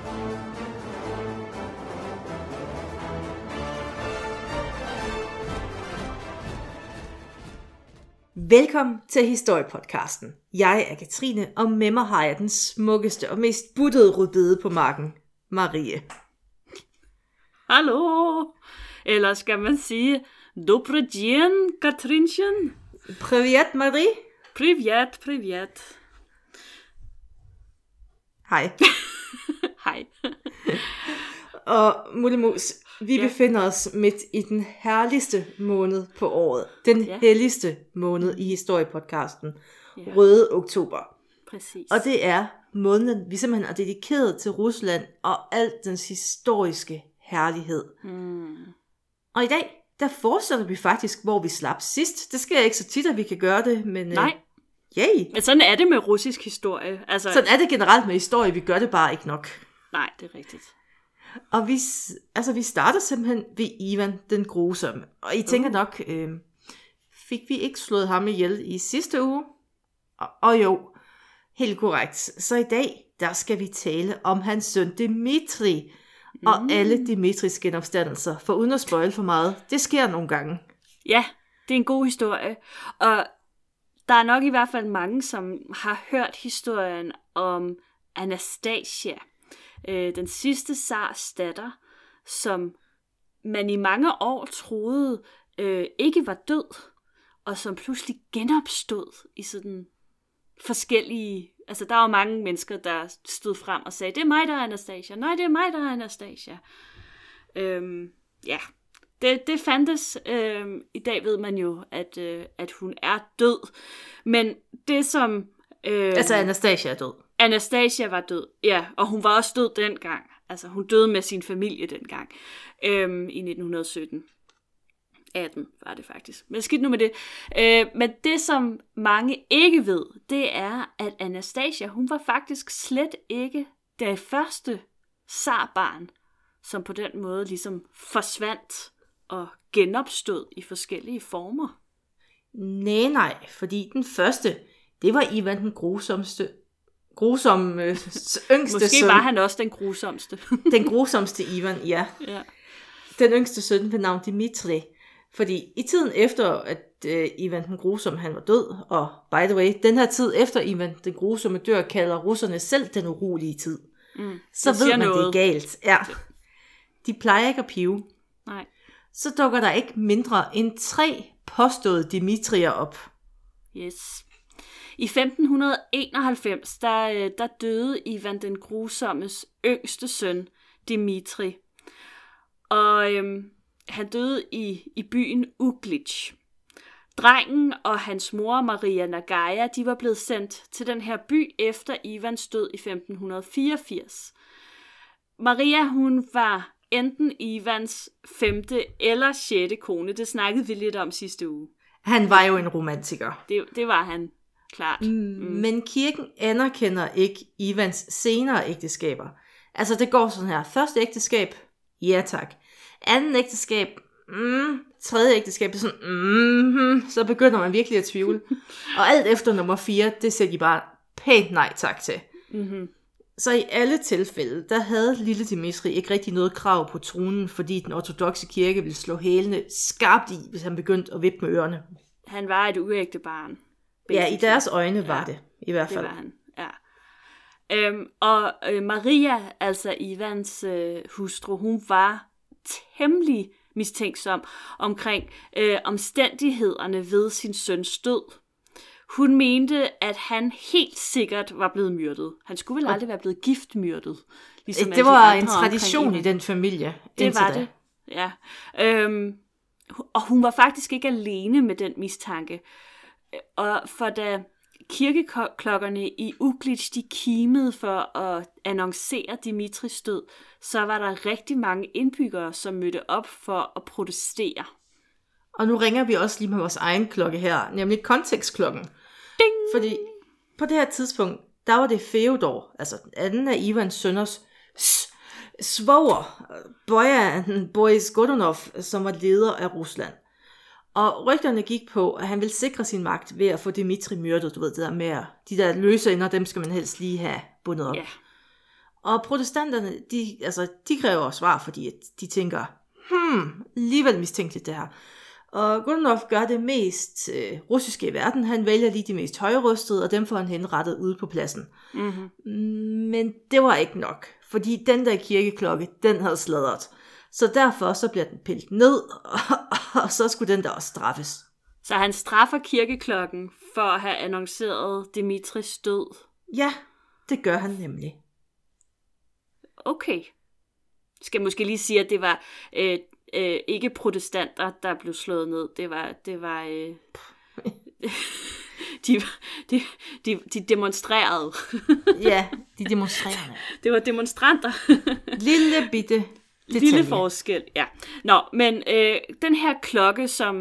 Velkommen til Historiepodcasten. Jeg er Katrine, og med mig har jeg den smukkeste og mest buttede rødbede på marken, Marie. Hallo! Eller skal man sige, Dobry dzień, Katrinchen? Privet, Marie. Privet. Hej. Hej. Og Mullemus, vi befinder os midt i den herligste måned på året. Den helligste måned i Historiepodcasten. Røde oktober. Præcis. Og det er måneden, vi simpelthen er dedikeret til Rusland og alt dens historiske herlighed. Og i dag, der fortsætter vi faktisk, hvor vi slap sidst. Det sker ikke så tit, at vi kan gøre det, men... Nej. Yay. Men sådan er det med russisk historie. Altså... Sådan er det generelt med historie, vi gør det bare ikke nok. Nej, det er rigtigt. Og vi starter simpelthen ved Ivan den Grusomme. Og I tænker nok, fik vi ikke slået ham ihjel i sidste uge? Og jo, helt korrekt. Så i dag, der skal vi tale om hans søn Dmitri. Og alle Dimitris genopstandelser. For uden at spoil for meget, det sker nogle gange. Ja, det er en god historie. Og der er nok i hvert fald mange, som har hørt historien om Anastasia. Den sidste zars datter, som man i mange år troede ikke var død, og som pludselig genopstod i sådan forskellige... Altså, der var mange mennesker, der stod frem og sagde, det er mig, der er Anastasia. Nej, det er mig, der er Anastasia. Det fandtes. I dag ved man jo, at hun er død. Men det som... Altså, Anastasia er død. Anastasia var død, ja, og hun var også død dengang. Altså, hun døde med sin familie dengang, i 1917. 18 var det faktisk. Men skidt nu med det. Men det, som mange ikke ved, det er, at Anastasia, hun var faktisk slet ikke det første zarbarn, som på den måde ligesom forsvandt og genopstod i forskellige former. Nej, fordi den første, det var Ivan den grusomste yngste Måske søn. var han også den grusomste. Den grusomste Ivan, ja. Den yngste søn ved navn Dmitri. Fordi i tiden efter, at Ivan den grusomme han var død, og by the way, den her tid efter Ivan den grusomme dør, kalder russerne selv den urolige tid. Så ved man, noget. Det er galt. Ja. De plejer ikke at pive. Nej. Så dukker der ikke mindre end 3 påståede Dimitrier op. Yes. I 1591, der døde Ivan den grusommes yngste søn, Dmitri. Og han døde i byen Uglitch. Drengen og hans mor, Maria Nagaja, de var blevet sendt til den her by efter Ivans død i 1584. Maria, hun var enten Ivans 5. eller 6. kone. Det snakkede vi lidt om sidste uge. Han var jo en romantiker. Det var han. Klart. Men kirken anerkender ikke Ivans senere ægteskaber. Altså det går sådan her. Første ægteskab, ja tak. Anden ægteskab, tredje ægteskab, sådan, så begynder man virkelig at tvivle. Og alt efter nummer 4, det siger de bare pænt nej tak til. Så i alle tilfælde, der havde lille Dmitri ikke rigtig noget krav på tronen, fordi den ortodokse kirke ville slå hælene skarpt i, hvis han begyndte at vippe med ørerne. Han var et uægte barn. Ja, i deres øjne var det, i hvert fald. Det var han, ja. Og Maria, altså Ivans hustru, hun var temmelig mistænksom omkring omstændighederne ved sin søns død. Hun mente, at han helt sikkert var blevet myrdet. Han skulle vel aldrig være blevet giftmyrdet. Ligesom det var en tradition i den familie. Det var det, ja. Og hun var faktisk ikke alene med den mistanke. Og for da kirkeklokkerne i Uglitch, de kimede for at annoncere Dimitris død, så var der rigtig mange indbyggere, som mødte op for at protestere. Og nu ringer vi også lige med vores egen klokke her, nemlig kontekstklokken. Ding! Fordi på det her tidspunkt, der var det Feodor, altså anden af Ivans sønners svoger, Boris Godunov, som var leder af Rusland. Og rygterne gik på, at han ville sikre sin magt ved at få Dmitri myrdet. Du ved, det der med, de der løse ender, dem skal man helst lige have bundet op. Yeah. Og protestanterne, de kræver svar, fordi at de tænker, alligevel mistænkeligt det her. Og Godunov gør det mest russiske i verden. Han vælger lige de mest højrystede, og dem får han henrettet ude på pladsen. Mm-hmm. Men det var ikke nok, fordi den der kirkeklokke, den havde sladret. Så derfor så bliver den pillet ned, og så skulle den der også straffes. Så han straffer kirkeklokken for at have annonceret Dimitris død? Ja, det gør han nemlig. Okay. Skal måske lige sige, at det var ikke protestanter, der blev slået ned. Det var de demonstrerede. Ja, de demonstrerende. Det var demonstranter. Lille bitte detalje. Lille forskel, ja. Nå, men den her klokke, som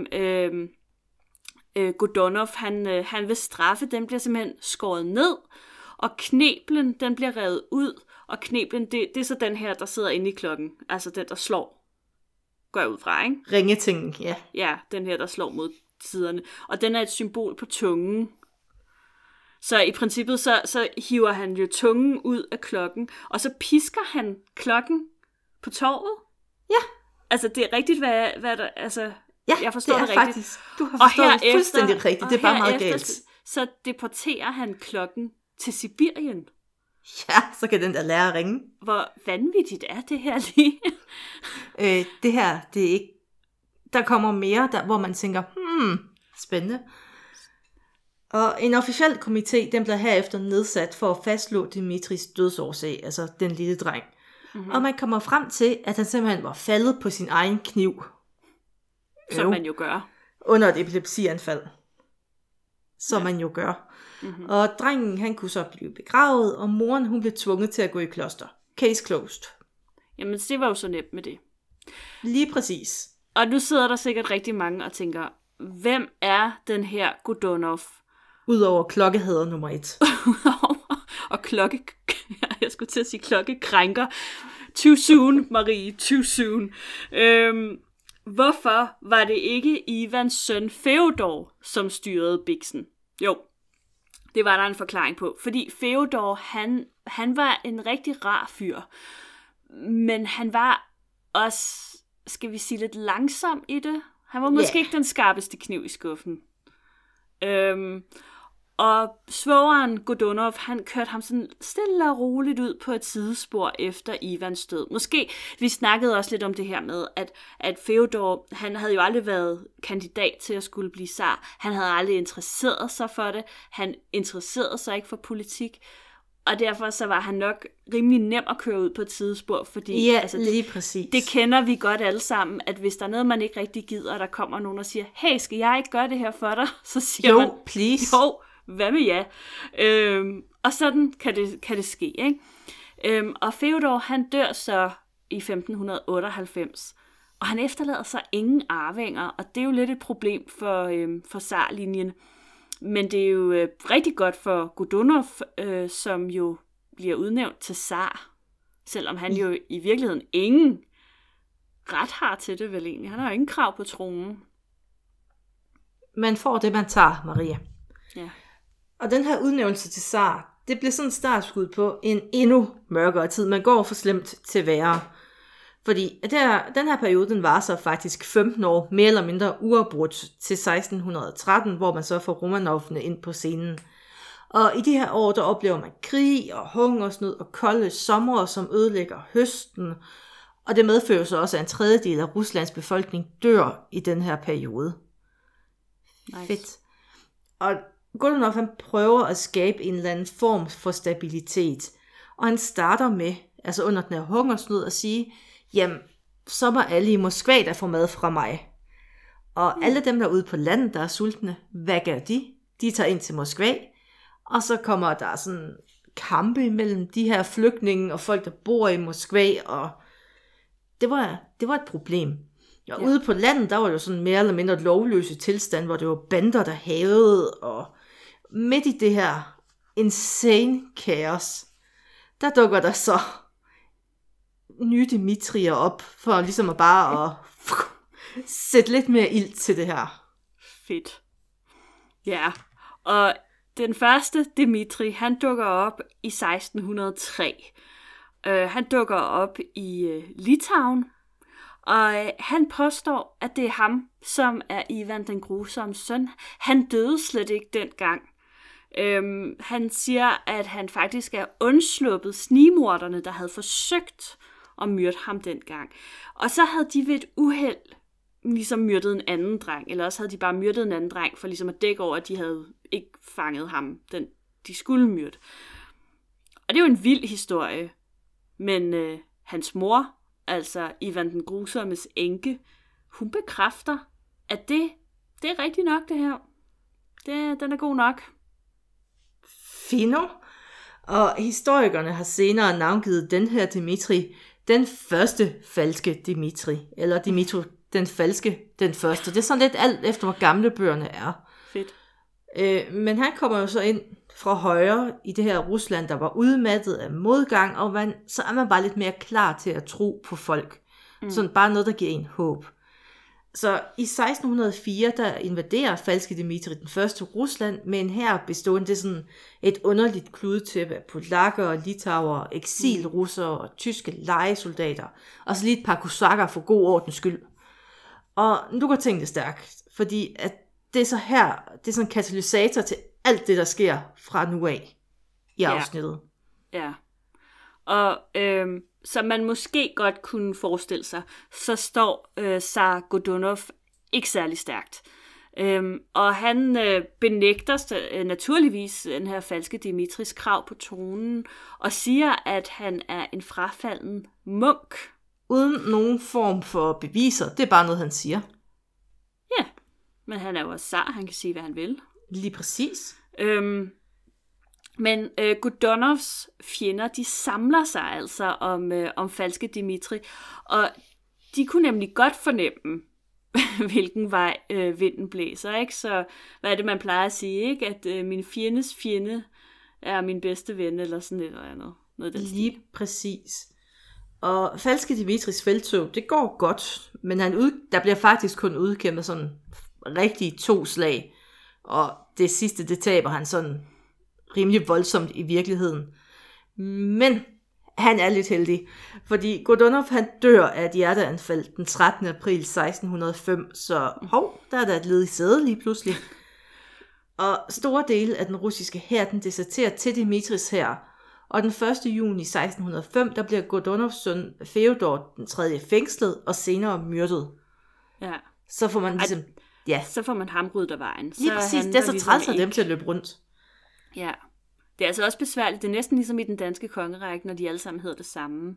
Godunov, han vil straffe, den bliver simpelthen skåret ned, og kneblen, den bliver revet ud, og kneblen, det er så den her, der sidder inde i klokken. Altså den, der slår. Går jeg ud fra, ikke? Ringetingen, ja. Ja, den her, der slår mod siderne. Og den er et symbol på tungen. Så i princippet, så hiver han jo tungen ud af klokken, og så pisker han klokken på torvet. Ja. Altså, det er rigtigt, hvad der... Altså, ja, jeg forstår det er rigtigt. Faktisk. Du har forstået det fuldstændig rigtigt. Det er bare meget galt. Så deporterer han klokken til Sibirien. Ja, så kan den der lære at ringe. Hvor vanvittigt er det her lige? Det her, det er ikke... Der kommer mere, hvor man tænker, spændende. Og en officiel komité, den blev herefter nedsat for at fastslå Dimitris dødsårsag, altså den lille dreng. Mm-hmm. Og man kommer frem til, at han simpelthen var faldet på sin egen kniv. Som man jo gør. Under et epilepsianfald. Som man jo gør. Mm-hmm. Og drengen, han kunne så blive begravet, og moren, hun blev tvunget til at gå i kloster. Case closed. Jamen, det var jo så nemt med det. Lige præcis. Og nu sidder der sikkert rigtig mange og tænker, hvem er den her Godunov? Udover klokkehader nummer 1. Og jeg skulle til at sige klokkekrænker. Too soon, Marie, too soon. Hvorfor var det ikke Ivans søn Feodor, som styrede Biksen? Jo, det var der en forklaring på. Fordi Feodor, han var en rigtig rar fyr. Men han var også, skal vi sige, lidt langsom i det. Han var måske ikke den skarpeste kniv i skuffen. Og svogeren Godunov, han kørte ham sådan stille og roligt ud på et sidespor efter Ivans død. Måske, vi snakkede også lidt om det her med, at Feodor, han havde jo aldrig været kandidat til at skulle blive zar. Han havde aldrig interesseret sig for det. Han interesserede sig ikke for politik. Og derfor så var han nok rimelig nem at køre ud på et sidespor, fordi lige præcis. Det kender vi godt alle sammen, at hvis der er noget, man ikke rigtig gider, og der kommer nogen og siger, hey, skal jeg ikke gøre det her for dig? Så siger man, please. Jo, hvad med jer? Og sådan kan det ske, ikke? Og Feodor, han dør så i 1598, og han efterlader sig ingen arvinger, og det er jo lidt et problem for zarlinjen. Men det er jo rigtig godt for Godunov, som jo bliver udnævnt til zar, selvom han jo i virkeligheden ingen ret har til det vel egentlig. Han har jo ingen krav på tronen. Man får det, man tager, Maria. Ja. Og den her udnævnelse til zar, det bliver sådan et startskud på en endnu mørkere tid. Man går fra slemt til værre. Fordi den her periode, den var så faktisk 15 år, mere eller mindre uafbrudt til 1613, hvor man så får Romanovene ind på scenen. Og i de her år, der oplever man krig og hungersnød og kolde somre, som ødelægger høsten. Og det medfører så også, at en tredjedel af Ruslands befolkning dør i den her periode. Nice. Fedt. Og Godunov, han prøver at skabe en eller anden form for stabilitet. Og han starter med, altså under den her hungersnød, at sige, jamen, så må alle i Moskva, der får mad fra mig. Og alle dem, der er ude på landet, der er sultne, hvad gør de? De tager ind til Moskva, og så kommer der sådan kampe imellem de her flygtninge og folk, der bor i Moskva, og det var et problem. Og ude på landet, der var jo sådan mere eller mindre lovløse tilstand, hvor det var bander, der havede, og midt i det her insane kaos, der dukker der så nye Dimitrier op, for ligesom at bare sætte lidt mere ild til det her. Fedt. Ja, og den første Dimitri, han dukker op i 1603. Han dukker op i Litauen, og han påstår, at det er ham, som er Ivan den Grusoms søn. Han døde slet ikke dengang. Han siger, at han faktisk er undsluppet snigmorderne, der havde forsøgt at myrde ham dengang. Og så havde de ved et uheld ligesom myrdet en anden dreng, eller også havde de bare myrdet en anden dreng, for ligesom at dække over, at de havde ikke fanget ham, de skulle myrde. Og det er jo en vild historie, men hans mor, altså Ivan den Grusommes enke, hun bekræfter, at det er rigtigt nok, det her. Den er god nok. Fino. Og historikerne har senere navngivet den her Dimitri den første falske Dimitri, eller Dimitri den falske den første. Det er sådan lidt alt efter, hvor gamle bøgerne er. Fedt. Men han kommer jo så ind fra højre i det her Rusland, der var udmattet af modgang, og så er man bare lidt mere klar til at tro på folk. Sådan bare noget, der giver en håb. Så i 1604, der invaderer falske Dimitri den første Rusland med en hær bestående af sådan et underligt kludetæppe af polakker, litauer, eksilrussere og tyske lejesoldater, og så lige et par kosakker for god ordens skyld. Og nu går tingene stærkt, fordi at det er så her, det er sådan en katalysator til alt det, der sker fra nu af i afsnittet. Ja. Og som man måske godt kunne forestille sig, så står Tsar Godunov ikke særlig stærkt. Og han benægter naturligvis den her falske Dimitris krav på tronen, og siger, at han er en frafalden munk. Uden nogen form for beviser. Det er bare noget, han siger. Ja, men han er jo også tsar, han kan sige, hvad han vil. Lige præcis. Men Godunovs fjender, de samler sig altså om falske Dimitri, og de kunne nemlig godt fornemme, hvilken vej vinden blæser, ikke? Så hvad er det, man plejer at sige, ikke? At min fjendes fjende er min bedste ven, eller sådan et eller andet. Noget den lige stil. Præcis. Og falske Dimitris felttog, det går godt, men der bliver faktisk kun udkæmpet sådan rigtig 2 slag, og det sidste, det taber han sådan rimelig voldsomt i virkeligheden. Men han er lidt heldig, fordi Godunov, han dør af et hjerteanfald den 13. april 1605, så der er der et led i sædet lige pludselig. Og store dele af den russiske hær, den deserterer til Dimitris hær, og den 1. juni 1605, der bliver Godunovs søn Feodor den 3. fængslet og senere myrdet. Ja. Så får man ligesom... Ja. Så får man ham ryddet af vejen. Lige præcis, det er så ligesom træls af dem til at løbe rundt. Ja, det er altså også besværligt. Det er næsten ligesom i den danske kongerække, når de alle sammen hedder det samme.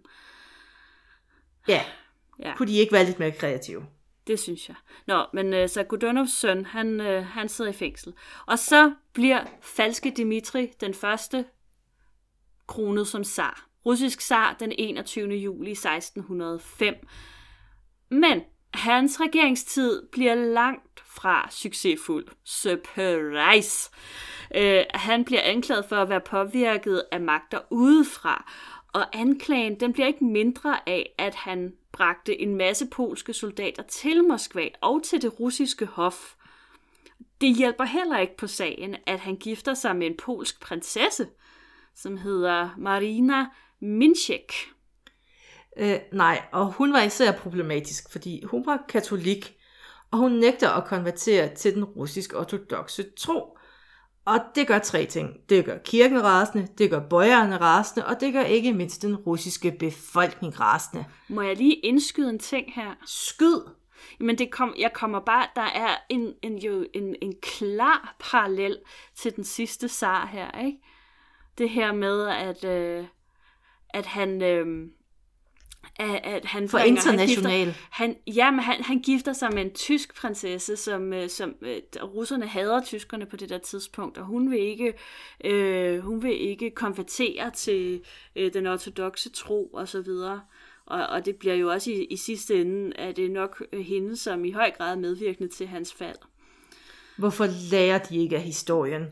Ja. Kunne de ikke være lidt mere kreative? Det synes jeg. Nå, men så Godunovs søn, han sidder i fængsel. Og så bliver falske Dimitri den første kronet som zar. Russisk zar den 21. juli 1605. Men hans regeringstid bliver langt fra succesfuld. Surprise! Han bliver anklaget for at være påvirket af magter udefra, og anklagen den bliver ikke mindre af, at han bragte en masse polske soldater til Moskva og til det russiske hof. Det hjælper heller ikke på sagen, at han gifter sig med en polsk prinsesse, som hedder Marina Minczek. Nej, og hun var især problematisk, fordi hun var katolik, og hun nægter at konvertere til den russisk-ortodokse tro. Og det gør 3 ting. Det gør kirken rasende, det gør bøjerne rasende, og det gør ikke mindst den russiske befolkning rasende. Må jeg lige indskyde en ting her? Skyd! Men jeg kommer bare, der er en klar parallel til den sidste zar her, ikke? Det her med, at han for international. Han gifter sig med en tysk prinsesse, som russerne hader tyskerne på det der tidspunkt, og hun vil ikke konvertere til den ortodokse tro og så videre. Og det bliver jo også i sidste ende, at det er nok hende, som i høj grad er medvirkende til hans fald. Hvorfor lærer de ikke af historien?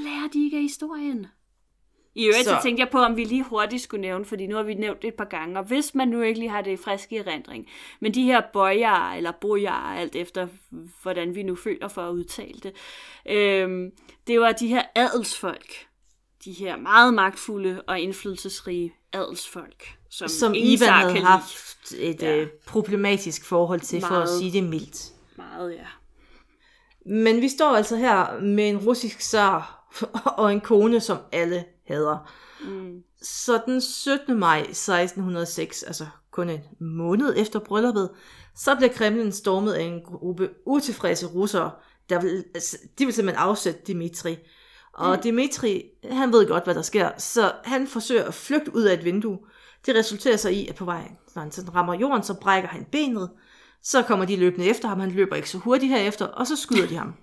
I øvrigt så tænkte jeg på, om vi lige hurtigt skulle nævne, fordi nu har vi nævnt det et par gange, og hvis man nu ikke lige har det friske erindring, men de her bojarer, eller bojarer, alt efter hvordan vi nu føler for at udtale det, det var de her adelsfolk, de her meget magtfulde og indflydelsesrige adelsfolk, som ingen Ivan zar havde kan haft et problematisk forhold til, for at Meget. sige det mildt. Meget, ja. Men vi står altså her med en russisk zar og en kone, som alle hader. Så den 17. maj 1606, altså kun en måned efter brylluppet, så bliver Kremlin stormet af en gruppe utilfredse russere, de vil simpelthen afsætte Dmitri. Og Dmitri, han ved godt, hvad der sker, så han forsøger at flygte ud af et vindue. Det resulterer sig i, at på vej, når han sådan rammer jorden, så brækker han benet. Så kommer de løbende efter ham, han løber ikke så hurtigt herefter, og så skyder de ham.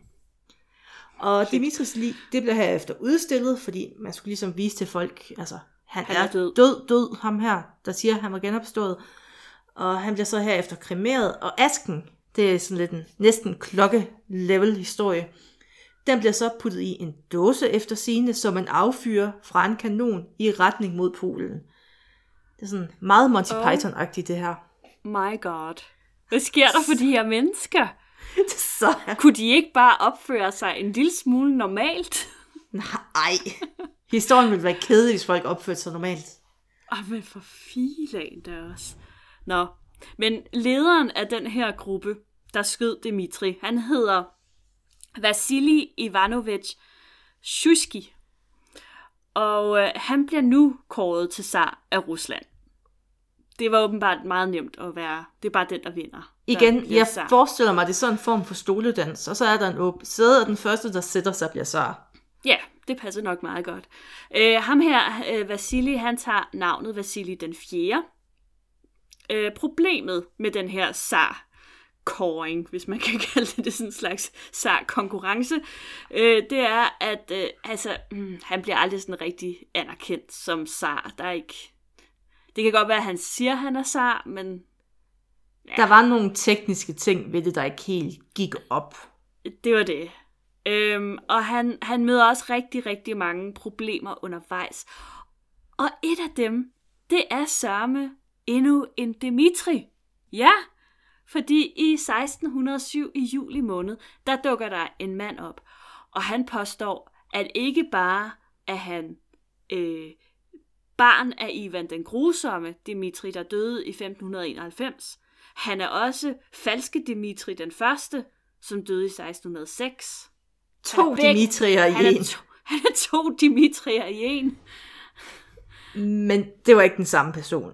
Og Dimitris lig, det bliver herefter udstillet, fordi man skulle ligesom vise til folk, altså han er død, ham her, der siger, at han var genopstået. Og han bliver så herefter kremeret, og asken, det er sådan lidt en næsten klokke-level historie, den bliver så puttet i en dåse efter sigende, som man affyrer fra en kanon i retning mod Polen. Det er sådan meget Monty Python-agtigt, det her. My god. Hvad sker der for de her mennesker? Så... Kunne de ikke bare opføre sig en lille smule normalt? Nej. Historien ville være kedelig, hvis folk opførte sig normalt. Men for filan da også. Nå, men lederen af den her gruppe, der skød Dmitri, han hedder Vasili Ivanovich Shuisky. Og han bliver nu kåret til zar af Rusland. Det var åbenbart meget nemt at være. Det er bare den, der vinder. Igen, jeg forestiller mig, det er sådan en form for stoledans, og så er der en åben sæde, og den første, der sætter sig, bliver zar. Ja, det passer nok meget godt. Ham her, Vasili, han tager navnet Vasili den 4. Problemet med den her zar-kåring, hvis man kan kalde det sådan en slags zar-konkurrence, det er, at han bliver aldrig sådan rigtig anerkendt som zar. Der er ikke... Det kan godt være, at han siger, at han er zar, men... Ja. Der var nogle tekniske ting ved det, der ikke helt gik op. Det var det. Og han møder også rigtig, rigtig mange problemer undervejs. Og et af dem, det er sørme endnu en Dmitri. Ja, fordi i 1607 i juli måned, der dukker der en mand op. Og han påstår, at ikke bare er han barn af Ivan den Grusomme, Dmitri, der døde i 1591. Han er også falske Dmitri den første, som døde i 1606. To Dimitrier i en. Han er to Dimitrier i en. Men det var ikke den samme person.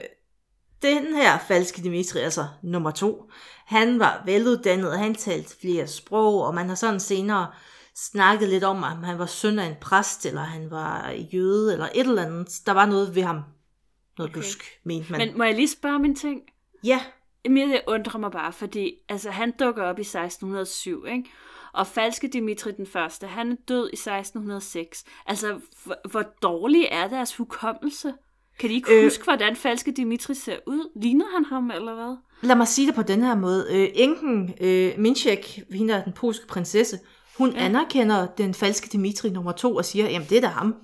Den her falske Dmitri, altså nummer 2, han var veluddannet, og han talte flere sprog, og man har sådan senere snakket lidt om, at han var søn af en præst, eller han var jøde, eller et eller andet. Der var noget ved ham. Noget lusk, mente man. Men må jeg lige spørge om en ting? Ja. Men det undrer mig bare, fordi han dukker op i 1607, ikke? Og falske Dmitri den første, han er død i 1606. Altså, hvor dårlig er deres hukommelse? Kan de ikke huske, hvordan falske Dmitri ser ud? Ligner han ham, eller hvad? Lad mig sige det på den her måde. Enken Minchek, hende er den polske prinsesse, hun anerkender den falske Dmitri nummer 2 og siger, jamen det er da ham.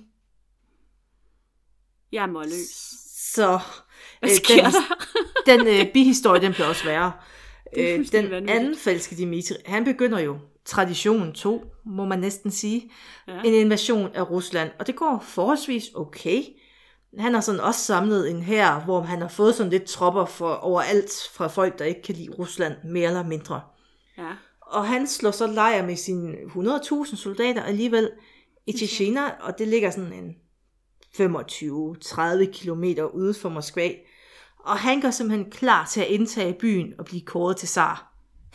Jeg er målløs. Så hvad sker der? Den bihistorie, den bliver også værre. Den anden falske Dmitri, han begynder jo tradition 2, må man næsten sige. Ja. En invasion af Rusland, og det går forholdsvis okay. Han har sådan også samlet en hær, hvor han har fået sådan lidt tropper for overalt fra folk, der ikke kan lide Rusland, mere eller mindre. Ja. Og han slår så lejr med sine 100.000 soldater alligevel i Tjetjena, og det ligger sådan en 25-30 kilometer ude for Moskva. Og han går simpelthen klar til at indtage byen og blive kåret til zar.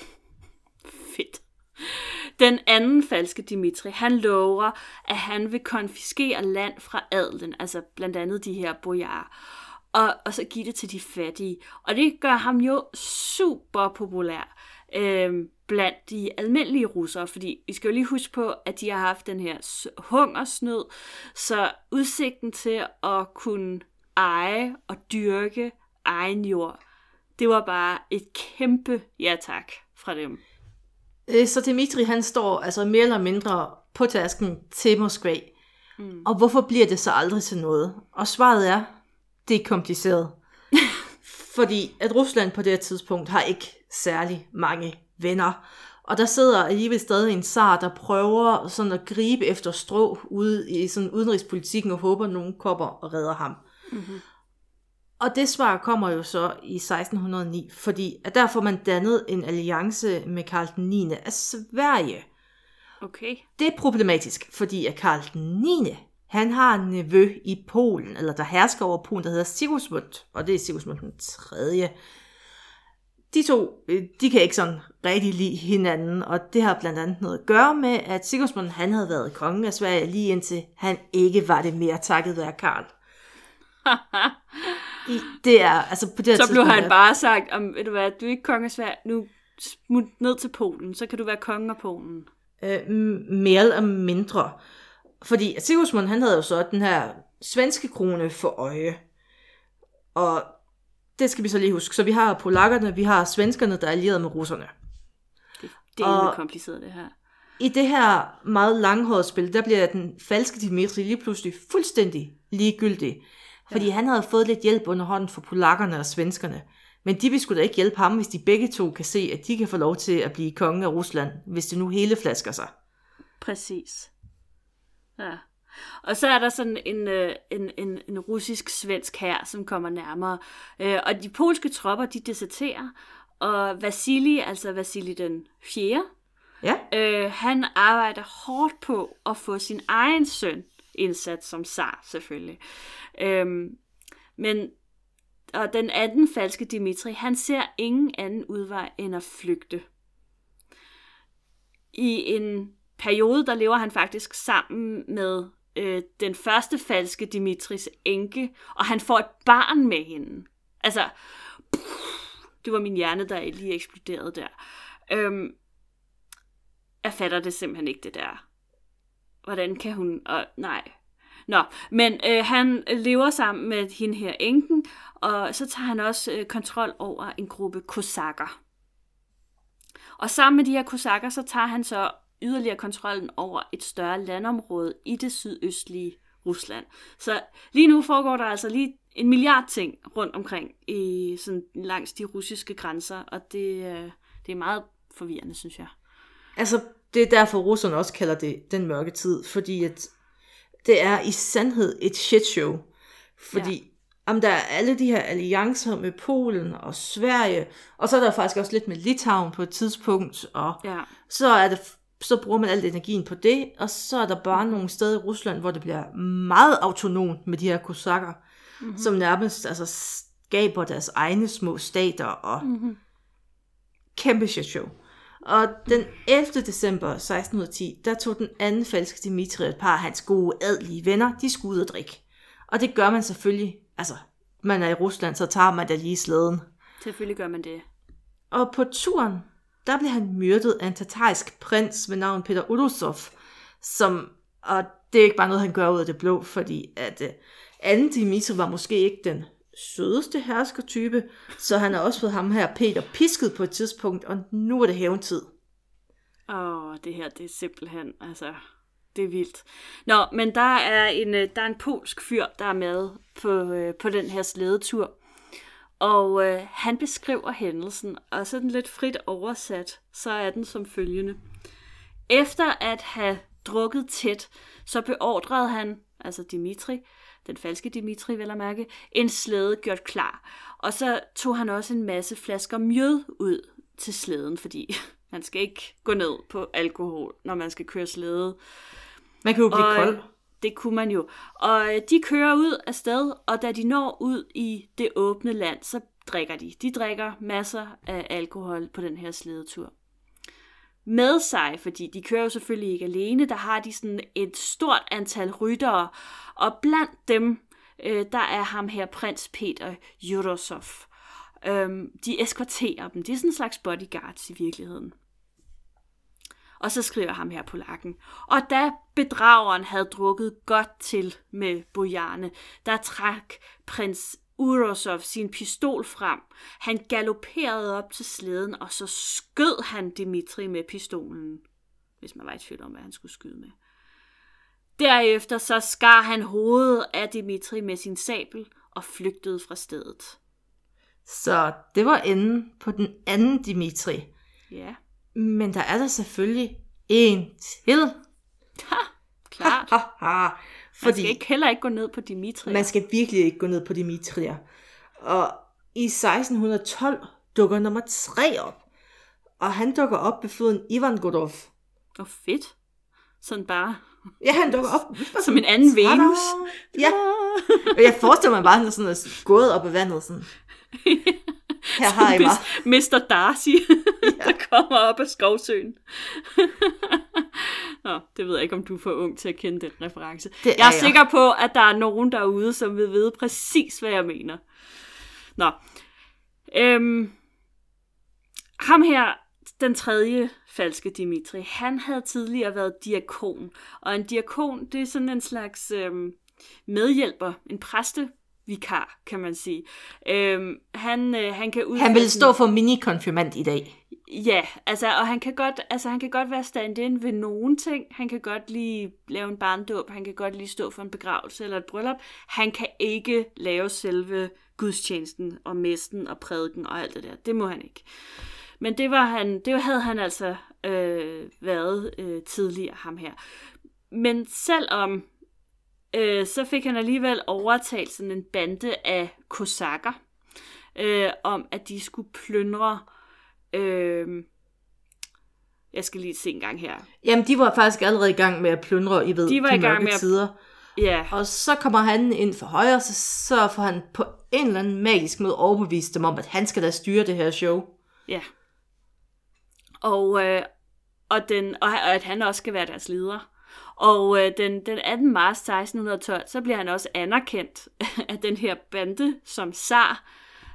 Fedt. Den anden falske Dmitri, han lover, at han vil konfiskere land fra adelen, altså blandt andet de her bojarer, og så give det til de fattige. Og det gør ham jo super populær blandt de almindelige russere, fordi vi skal jo lige huske på, at de har haft den her hungersnød, så udsigten til at kunne eje og dyrke egen jord, det var bare et kæmpe ja tak fra dem. Så Dmitri, han står altså mere eller mindre på tasken til Moskva. Og hvorfor bliver det så aldrig til noget? Og svaret er, det er kompliceret. Fordi at Rusland på det her tidspunkt har ikke særlig mange venner. Og der sidder alligevel stadig en zar, der prøver sådan at gribe efter strå ude i sådan udenrigspolitikken og håber, at nogen kommer og redder ham. Mm-hmm. Og det svar kommer jo så i 1609, fordi at der får man dannet en alliance med Karl den 9. af Sverige. Okay. Det er problematisk, fordi at Karl den 9. han har en nevø i Polen, eller der hersker over Polen, der hedder Sigismund, og det er Sigismund den 3. De to, de kan ikke sådan rigtig lide hinanden, og det har blandt andet noget at gøre med, at Sigismund han havde været konge af Sverige lige indtil han ikke var det mere takket være Karl. Det er, altså på det så blev han bare sagt, ved du hvad, du er ikke konge af Sverige, nu smut ned til Polen, så kan du være konge af Polen. Mere eller mindre. Fordi Sigismund han havde jo så den her svenske krone for øje. Og det skal vi så lige huske. Så vi har polakkerne, vi har svenskerne, der er allieret med russerne. Det er kompliceret det her. I det her meget langhårede spil, der bliver den falske Dimitri lige pludselig fuldstændig ligegyldig. Fordi han havde fået lidt hjælp under hånden for polakkerne og svenskerne. Men de vil sgu da ikke hjælpe ham, hvis de begge to kan se, at de kan få lov til at blive konge af Rusland, hvis det nu hele flasker sig. Præcis. Ja. Og så er der sådan en russisk-svensk hær, som kommer nærmere. Og de polske tropper, de deserterer. Og Vasili den 4., han arbejder hårdt på at få sin egen søn indsat som zar, selvfølgelig. Og den anden falske Dimitri, han ser ingen anden udvej end at flygte. I en periode, der lever han faktisk sammen med den første falske Dimitris enke, og han får et barn med hende. Altså, det var min hjerne, der lige eksploderede der. Jeg fatter det simpelthen ikke, det der. Hvordan kan hun... nej. Nå, men han lever sammen med hende her enken, og så tager han også kontrol over en gruppe kosakker. Og sammen med de her kosakker, så tager han så yderligere kontrollen over et større landområde i det sydøstlige Rusland. Så lige nu foregår der altså lige 1 milliard ting rundt omkring i sådan langs de russiske grænser, og det er meget forvirrende, synes jeg. Altså, det er derfor russerne også kalder det den mørke tid, fordi at det er i sandhed et shitshow. Fordi der er alle de her alliancer med Polen og Sverige, og så er der faktisk også lidt med Litauen på et tidspunkt, og så bruger man al energien på det, og så er der bare nogle steder i Rusland, hvor det bliver meget autonomt med de her kosakker, som nærmest skaber deres egne små stater, og kæmpe shitshow. Og den 11. december 1610, der tog den anden falske Dimitri et par af hans gode adelige venner, de skulle ud og drikke. Og det gør man selvfølgelig, man er i Rusland, så tager man da lige slæden. Selvfølgelig gør man det. Og på turen, der blev han myrdet af en tatarisk prins ved navn Peter Udosov, og det er ikke bare noget, han gør ud af det blå, fordi at anden Dimitri var måske ikke den sødeste herskertype, så han har også fået ham her, Peter, pisket på et tidspunkt, og nu er det hævntid. Det her, det er simpelthen, det er vildt. Nå, men der er en polsk fyr, der er med på den her slædetur, og han beskriver hændelsen, og sådan lidt frit oversat, så er den som følgende. Efter at have drukket tæt, så beordrede han, Dimitri, den falske Dimitri, vel at mærke, en slæde gjort klar. Og så tog han også en masse flasker mjød ud til slæden, fordi man skal ikke gå ned på alkohol, når man skal køre slæde. Man kan jo blive kold. Det kunne man jo. Og de kører ud af sted, og da de når ud i det åbne land, så drikker de. De drikker masser af alkohol på den her slædetur. Med sig, fordi de kører jo selvfølgelig ikke alene, der har de sådan et stort antal ryttere, og blandt dem, der er ham her, prins Peter Jurosov. De eskorterer dem. Det er sådan en slags bodyguards i virkeligheden. Og så skriver ham her polakken. Og da bedrageren havde drukket godt til med bojerne, der trak prins Urosov sin pistol frem. Han galopperede op til slæden, og så skød han Dimitri med pistolen. Hvis man var i tvivl om, hvad han skulle skyde med. Derefter så skar han hovedet af Dimitri med sin sabel og flygtede fra stedet. Så det var enden på den anden Dimitri. Ja. Men der er der selvfølgelig en til. Klart. Fordi Man skal heller ikke gå ned på Dimitrier. man skal virkelig ikke gå ned på Dimitrier. Og i 1612 dukker nummer 3 op. Og han dukker op ved floden Ivangorod. Fedt. Sådan bare. Ja, han dukker op. Som en anden Venus. Ja. Og jeg forestiller mig bare, at han sådan er gået op ad vandet. Sådan. Her har I mig. Mr. Darcy, der kommer op af skovsøen. Nå, det ved jeg ikke, om du er for ung til at kende den reference. Jeg er sikker på, at der er nogen derude, som vil vide præcis, hvad jeg mener. Nå. Ham her, den tredje falske Dimitri, han havde tidligere været diakon. Og en diakon, det er sådan en slags medhjælper, en præstevikar, kan man sige. Han kan udføre... Han vil stå for mini-konfirmand i dag. Ja, altså, og han kan godt være stand-in ved nogle ting. Han kan godt lige lave en barndåb, han kan godt lige stå for en begravelse eller et bryllup. Han kan ikke lave selve gudstjenesten og messen og prædiken og alt det der. Det må han ikke. Men det havde han altså været tidligere, ham her. Men selvom så fik han alligevel overtalt sådan en bande af kosakker om, at de skulle plyndre. Jeg skal lige se en gang her. Jamen, de var faktisk allerede i gang med at plyndre, I ved, de var i gang med tider. Ja. Og så kommer han ind for højre, så får han på en eller anden magisk måde overbevist dem om, at han skal da styre det her show. Ja. Og at han også skal være deres leder. Og den 18. marts 1612, så bliver han også anerkendt af den her bande som zar.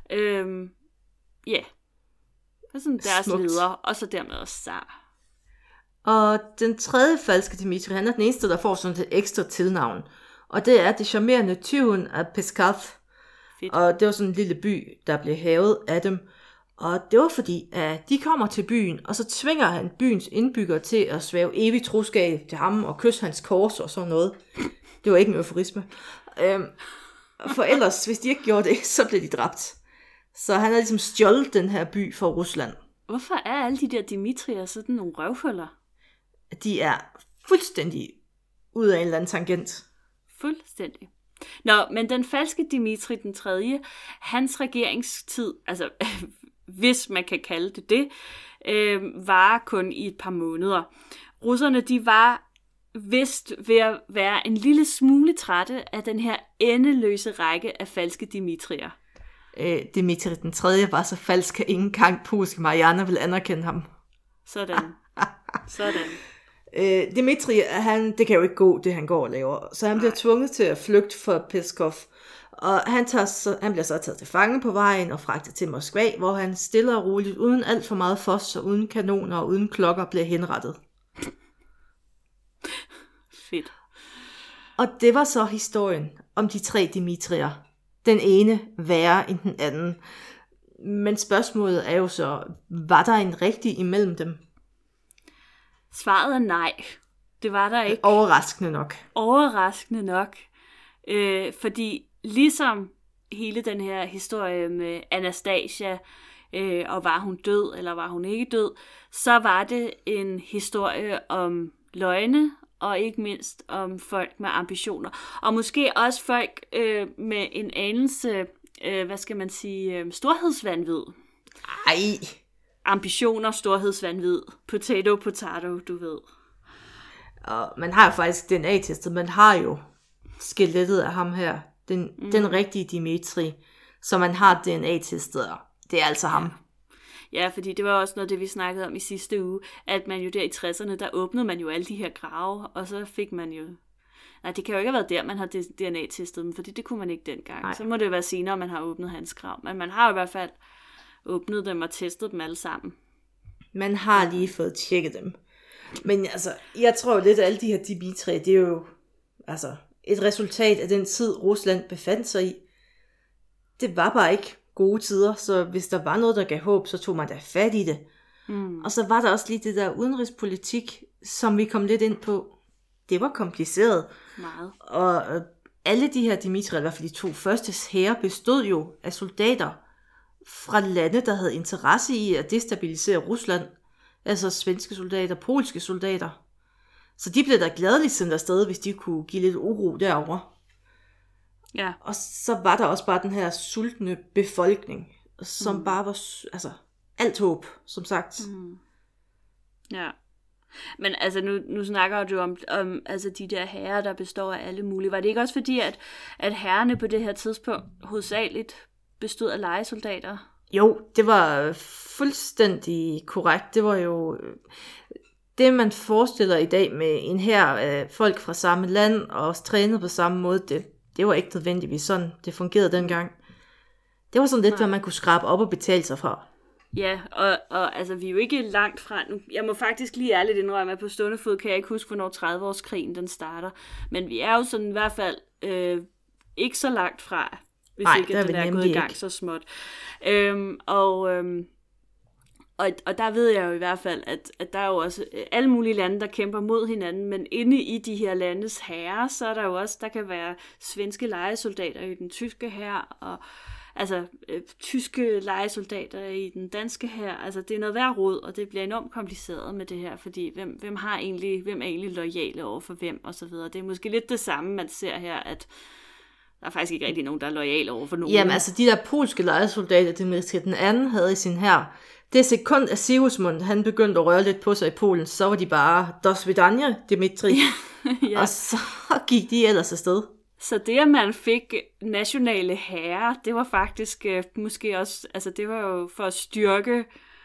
Ja. Og sådan deres leder, og så dermed også zar. Og den tredje falske Dimitri, han er den eneste, der får sådan et ekstra tilnavn. Og det er det charmerende tyven af Peskov. Og det var sådan en lille by, der blev hærget af dem. Og det var fordi, at de kommer til byen, og så tvinger han byens indbyggere til at svæve evigt troskab til ham og kysse hans kors og sådan noget. Det var ikke en eufemisme. For ellers, hvis de ikke gjorde det, så blev de dræbt. Så han har ligesom stjålet den her by fra Rusland. Hvorfor er alle de der Dimitrier sådan nogle røvhuller? De er fuldstændig ud af en eller anden tangent. Fuldstændig. Nå, men den falske Dimitri den tredje, hans regeringstid, altså hvis man kan kalde det, var kun i et par måneder. Russerne, de var vist ved at være en lille smule trætte af den her endeløse række af falske Dimitrier. Dimitri den tredje var så falsk, at ingen engang polske Marianne ville anerkende ham. Sådan. Dimitri, det kan jo ikke gå, det han går og laver. Så han bliver tvunget til at flygte fra Peskov. Og han bliver så taget til fange på vejen og fragtet til Moskva, hvor han stille og roligt, uden alt for meget fos og uden kanoner og uden klokker, bliver henrettet. Fedt. Og det var så historien om de 3 Dimitrier. Den ene værre end den anden. Men spørgsmålet er jo så, var der en rigtig imellem dem? Svaret er nej. Det var der ikke. Overraskende nok. Fordi ligesom hele den her historie med Anastasia, og var hun død, eller var hun ikke død, så var det en historie om løgne, og ikke mindst om folk med ambitioner. Og måske også folk med en anelse, storhedsvanvid. Ej. Ambitioner, storhedsvanvid. Potato, du ved. Og man har jo faktisk DNA-testet, man har jo skelettet af ham her, den rigtige Dimitri, så man har DNA-testet, og det er altså ham. Ja, fordi det var også noget, det vi snakkede om i sidste uge, at man jo der i 60'erne, der åbnede man jo alle de her grave, og så fik man jo... Nej, det kan jo ikke have været der, man har DNA-testet dem, fordi det kunne man ikke dengang. Nej. Så må det være senere, man har åbnet hans grav. Men man har jo i hvert fald åbnet dem og testet dem alle sammen. Man har lige fået tjekket dem. Men altså, jeg tror jo lidt, at alle de her Dimitri, det er jo altså et resultat af den tid, Rusland befandt sig i. Det var bare ikke gode tider, så hvis der var noget, der gav håb, så tog man da fat i det. Og så var der også lige det der udenrigspolitik, som vi kom lidt ind på. Det var kompliceret. Meget. Og alle de her Dimitri, i hvert fald de 2 første hære, bestod jo af soldater fra lande, der havde interesse i at destabilisere Rusland. Altså svenske soldater, polske soldater. Så de blev da gladeligt sendt afsted, hvis de kunne give lidt uro derovre. Ja. Og så var der også bare den her sultne befolkning, som bare var, altså, alt håb, som sagt. Ja. Men altså, nu snakker du om altså de der herrer, der består af alle mulige. Var det ikke også fordi, at herrerne på det her tidspunkt hovedsageligt bestod af lejesoldater? Jo, det var fuldstændig korrekt. Det var jo det, man forestiller i dag med en hær af folk fra samme land og også trænet på samme måde. Det var ikke nødvendigvis sådan, det fungerede dengang. Det var sådan lidt, hvad man kunne skrabe op og betale sig fra. Ja, og altså, vi er jo ikke langt fra nu. Jeg må faktisk lige ærligt indrømme, at på stående fod kan jeg ikke huske, hvornår 30-årskrigen den starter. Men vi er jo sådan i hvert fald ikke så langt fra, hvis Nej, ikke den er gået i gang så småt. Og der ved jeg jo i hvert fald, at der er jo også alle mulige lande, der kæmper mod hinanden, men inde i de her landes hære, så er der jo også, der kan være svenske lejesoldater i den tyske hær, og altså tyske lejesoldater i den danske hær. Altså det er noget værd rod, og det bliver enormt kompliceret med det her, fordi hvem er egentlig loyale over for hvem, og så videre. Det er måske lidt det samme, man ser her, at der er faktisk ikke rigtig nogen, der er loyale over for nogen. Jamen altså, de der polske lejesoldater, Dimitri den anden havde i sin hær, det sekund, at Sigismund, han begyndte at røre lidt på sig i Polen, så var de bare, do svidanja, Dimitri. Ja. Og så gik de ellers afsted. Så det, at man fik nationale hære, det var faktisk måske også, altså det var jo for at styrke,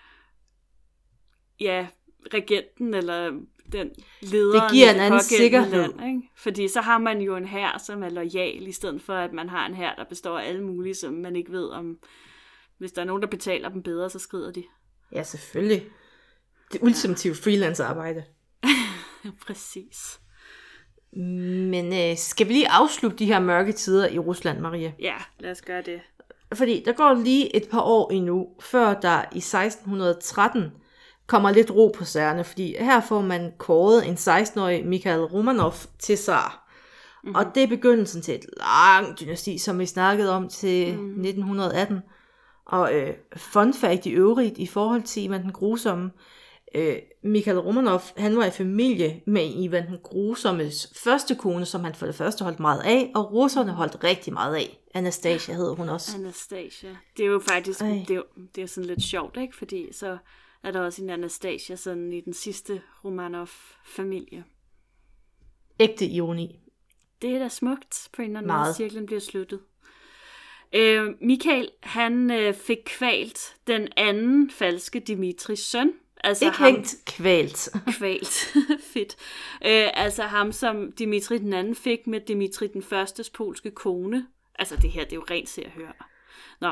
ja, regenten eller den lederen. Det giver en anden sikkerhed. Land, ikke? Fordi så har man jo en hær, som er loyal, i stedet for at man har en hær, der består af alle mulige, som man ikke ved om. Hvis der er nogen, der betaler dem bedre, så skrider de. Ja, selvfølgelig. Det ultimative freelance-arbejde. Præcis. Men skal vi lige afslutte de her mørke tider i Rusland, Maria? Ja, lad os gøre det. Fordi der går lige et par år endnu, før der i 1613 kommer lidt ro på sagerne, fordi her får man kåret en 16-årig Mikhail Romanov til zar. Mm-hmm. Og det er begyndelsen til et langt dynasti, som vi snakkede om til 1918. Og fun fact i øvrigt i forhold til Ivan den Grusomme, Mikhail Romanov, han var i familie med Ivan den Grusommes første kone, som han for det første holdt meget af, og russerne holdt rigtig meget af. Anastasia hed hun også. Anastasia. Det er jo faktisk, det er sådan lidt sjovt, ikke? Fordi så er der også en Anastasia sådan i den sidste Romanov-familie. Ægte ironi. Det er da smukt på en eller anden måde, cirklen bliver sluttet. Michael, han fik kvalt den anden falske Dimitris søn. Altså ikke hængt, kvalt. Kvalt, fedt. Altså ham, som Dimitri den anden fik med Dimitri den førstes polske kone. Altså det her, det er jo rent se og høre. Nå,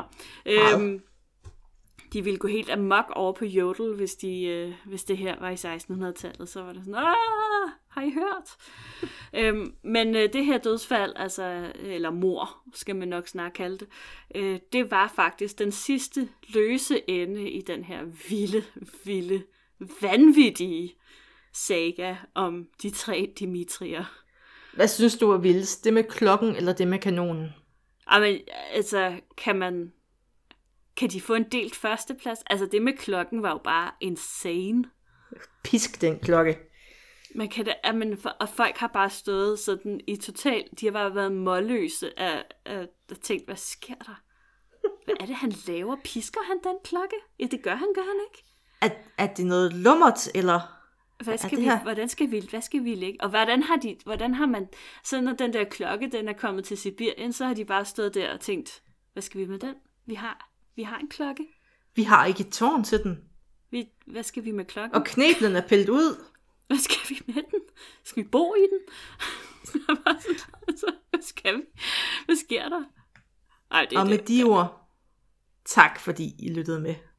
de ville gå helt amok over på Jodel, hvis det her var i 1600-tallet. Så var det sådan, har I hørt? Men det her dødsfald, altså, eller mord, skal man nok snart kalde det, det var faktisk den sidste løse ende i den her vilde, vanvittige saga om de 3 Dimitrier. Hvad synes du er vildest? Det med klokken eller det med kanonen? Jamen, altså, kan de få en delt førsteplads? Altså, det med klokken var jo bare insane. Pisk den klokke. Man kan da, og folk har bare stået sådan i total, de har bare været målløse af tænkt, hvad sker der? Hvad er det, han laver? Pisker han den klokke? Ja, det gør han ikke? Er det noget lummert, eller? Hvad skal vi lægge? Og hvordan har man, så når den der klokke, den er kommet til Sibirien, så har de bare stået der og tænkt, hvad skal vi med den? Vi har en klokke. Vi har ikke et tårn til den. Hvad skal vi med klokken? Og knæblen er pillet ud. Hvad skal vi med den? Skal vi bo i den? Hvad skal vi? Hvad sker der? Og med de ord, tak fordi I lyttede med.